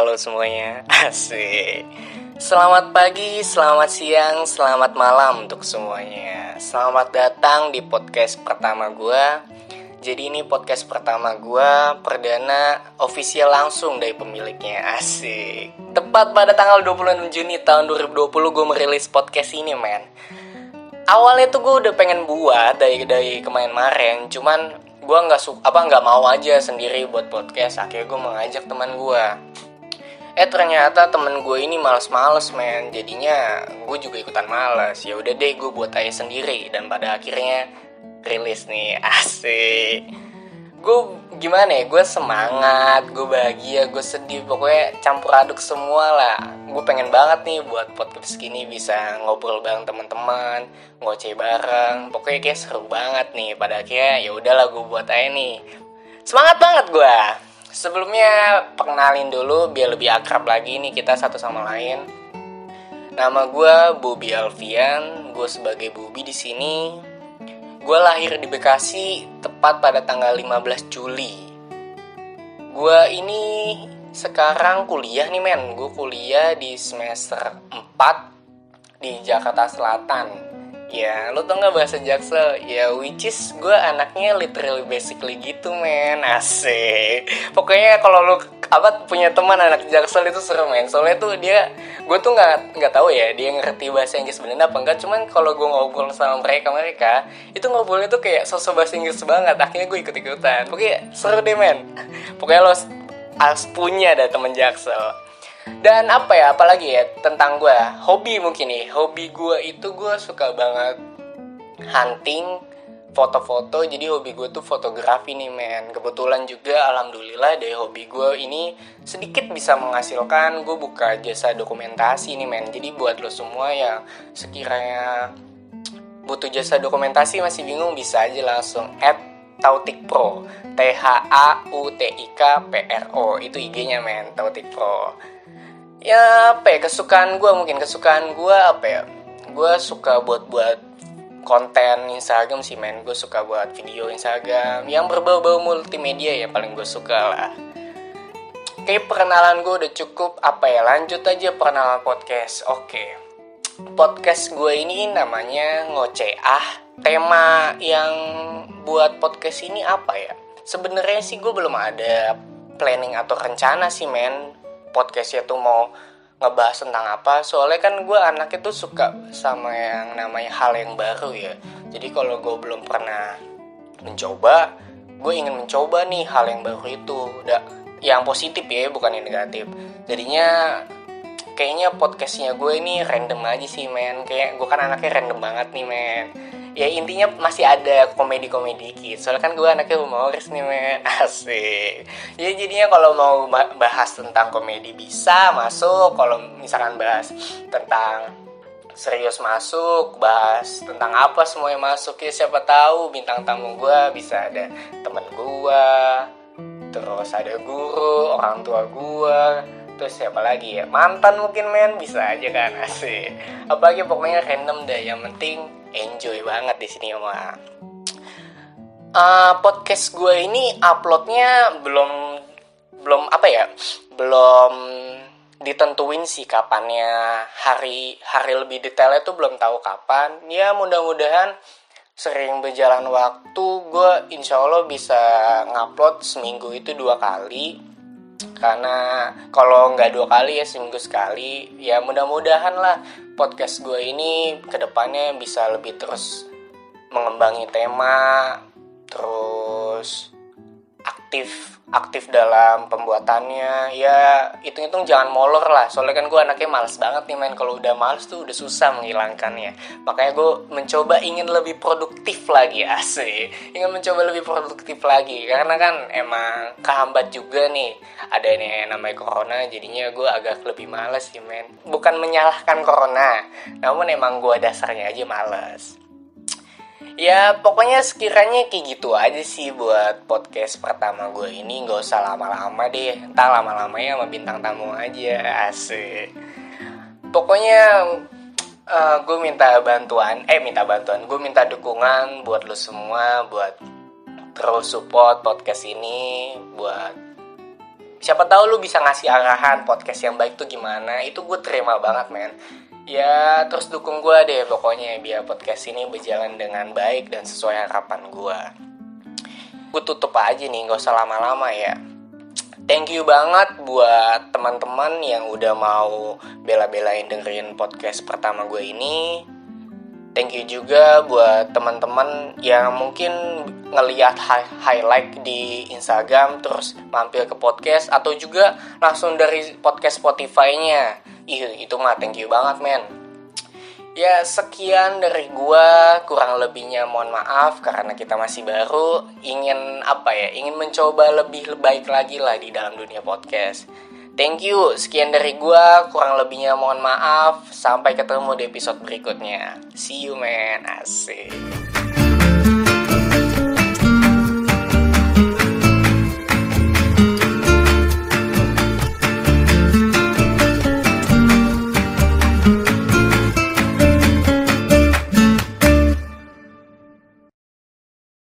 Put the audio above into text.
halo semuanya. Asik. Selamat pagi, selamat siang, selamat malam untuk semuanya. Selamat datang di podcast pertama gue. Jadi ini podcast pertama gue, perdana official langsung dari pemiliknya. Asik. Tepat pada tanggal 26 Juni tahun 2020 gue merilis podcast ini, men. Awalnya tuh gue udah pengen buat dari kemarin-kemarin, cuman gue nggak mau aja sendiri buat podcast. Akhirnya gue mengajak teman gue. Ternyata teman gue ini malas-males, men. Jadinya gue juga ikutan malas. Ya udah deh, gue buat aja sendiri. Dan pada akhirnya rilis nih. Asik. Gue gimana ya, gue semangat, gue bahagia, gue sedih, pokoknya campur aduk semua lah. Gue pengen banget nih buat podcast gini bisa ngobrol bareng teman-teman, ngoceh bareng, pokoknya kayak seru banget nih. Pada akhirnya ya udahlah, gue buat aja nih. Semangat banget gue. Sebelumnya perkenalin dulu biar lebih akrab lagi nih kita satu sama lain. Nama gue Bobby Alfian, gue sebagai Bobby di sini. Gue lahir di Bekasi tepat pada tanggal 15 Juli. Gue ini sekarang kuliah nih, men. Gue kuliah di semester 4 di Jakarta Selatan. Ya, lo tau gak bahasa Jaksel? Ya, which is gue anaknya literally basically gitu, men. Asik. Pokoknya kalau lo punya teman anak Jaksel itu seru, men. Soalnya tuh gue tuh nggak tahu ya dia ngerti bahasa Inggris bener apa enggak. Cuman kalau gue ngobrol sama mereka itu ngobrolnya tuh kayak sosok bahasa Inggris banget. Akhirnya gue ikut-ikutan. Pokoknya seru deh, men. Pokoknya lo harus punya ada teman Jaksel. Dan apalagi ya tentang gue, hobi mungkin nih. Hobi gue itu gue suka banget hunting, foto-foto. Jadi hobi gue tuh fotografi nih, men. Kebetulan juga alhamdulillah dari hobi gue ini sedikit bisa menghasilkan. Gue buka jasa dokumentasi nih, men. Jadi buat lo semua yang sekiranya butuh jasa dokumentasi masih bingung, bisa aja langsung @tautikpro, THAUTIKPRO. Itu IG-nya, men, Tautikpro. Ya kesukaan gue gue suka buat konten Instagram sih, men. Gue suka buat video Instagram yang berbau-bau multimedia, ya paling gue suka lah. Kayak perkenalan gue udah cukup, lanjut aja perkenalan podcast. Oke. Podcast gue ini namanya Ngoceh. Tema yang buat podcast ini sebenarnya sih gue belum ada planning atau rencana sih, men. Podcastnya tuh mau ngebahas tentang apa. Soalnya kan gue anaknya tuh suka sama yang namanya hal yang baru ya. Jadi kalau gue belum pernah mencoba, gue ingin mencoba nih hal yang baru itu. Yang positif ya, bukan yang negatif. Jadinya kayaknya podcastnya gue ini random aja sih, men. Kayak gue kan anaknya random banget nih, men. Ya intinya masih ada komedi-komedi dikit. Soalnya kan gue anaknya humoris nih, men. Asik. Ya jadinya kalau mau bahas tentang komedi bisa masuk. Kalau misalkan bahas tentang serius masuk. Bahas tentang apa semuanya masuk. Ya siapa tahu bintang tamu gue bisa ada temen gue, terus ada guru, orang tua gue, terus siapa lagi ya, mantan mungkin, men. Bisa aja kan. Asik. Apalagi pokoknya random deh. Yang penting enjoy banget di sini, mah. Podcast gue ini uploadnya belum ditentuin sih kapannya. Hari lebih detailnya tuh belum tahu kapan. Ya mudah-mudahan sering berjalan waktu gue insya Allah bisa ngupload seminggu itu 2 kali. Karena kalau nggak 2 kali ya seminggu sekali. Ya mudah-mudahan lah podcast gue ini kedepannya bisa lebih terus mengembangi tema, terus aktif dalam pembuatannya. Ya hitung-hitung jangan molor lah. Soalnya kan gue anaknya malas banget nih, men. Kalau udah malas tuh udah susah menghilangkannya. Makanya gue ingin lebih produktif lagi. Asik. Ingin mencoba lebih produktif lagi. Karena kan emang kehambat juga nih. Ada ini namanya corona. Jadinya gue agak lebih malas sih, men. Bukan menyalahkan corona, namun emang gue dasarnya aja malas. Ya pokoknya sekiranya kayak gitu aja sih buat podcast pertama gue ini. Gak usah lama-lama deh. Entah lama-lamanya sama bintang tamu aja. Asik. Pokoknya gue minta bantuan. Gue minta dukungan buat lo semua. Buat terus support podcast ini. Buat siapa tahu lu bisa ngasih arahan podcast yang baik tuh gimana. Itu gue terima banget, men. Ya, terus dukung gue deh pokoknya biar podcast ini berjalan dengan baik dan sesuai harapan gue. Gue tutup aja nih, gak usah lama-lama ya. Thank you banget buat teman-teman yang udah mau bela-belain dengerin podcast pertama gue ini. Thank you juga buat teman-teman yang mungkin ngelihat highlight di Instagram terus mampir ke podcast atau juga langsung dari podcast Spotify-nya. Itu mah thank you banget, men. Ya, sekian dari gua, kurang lebihnya mohon maaf karena kita masih baru, ingin mencoba lebih baik lagi lah di dalam dunia podcast. Thank you, sekian dari gua, kurang lebihnya mohon maaf. Sampai ketemu di episode berikutnya. See you, man. Asik.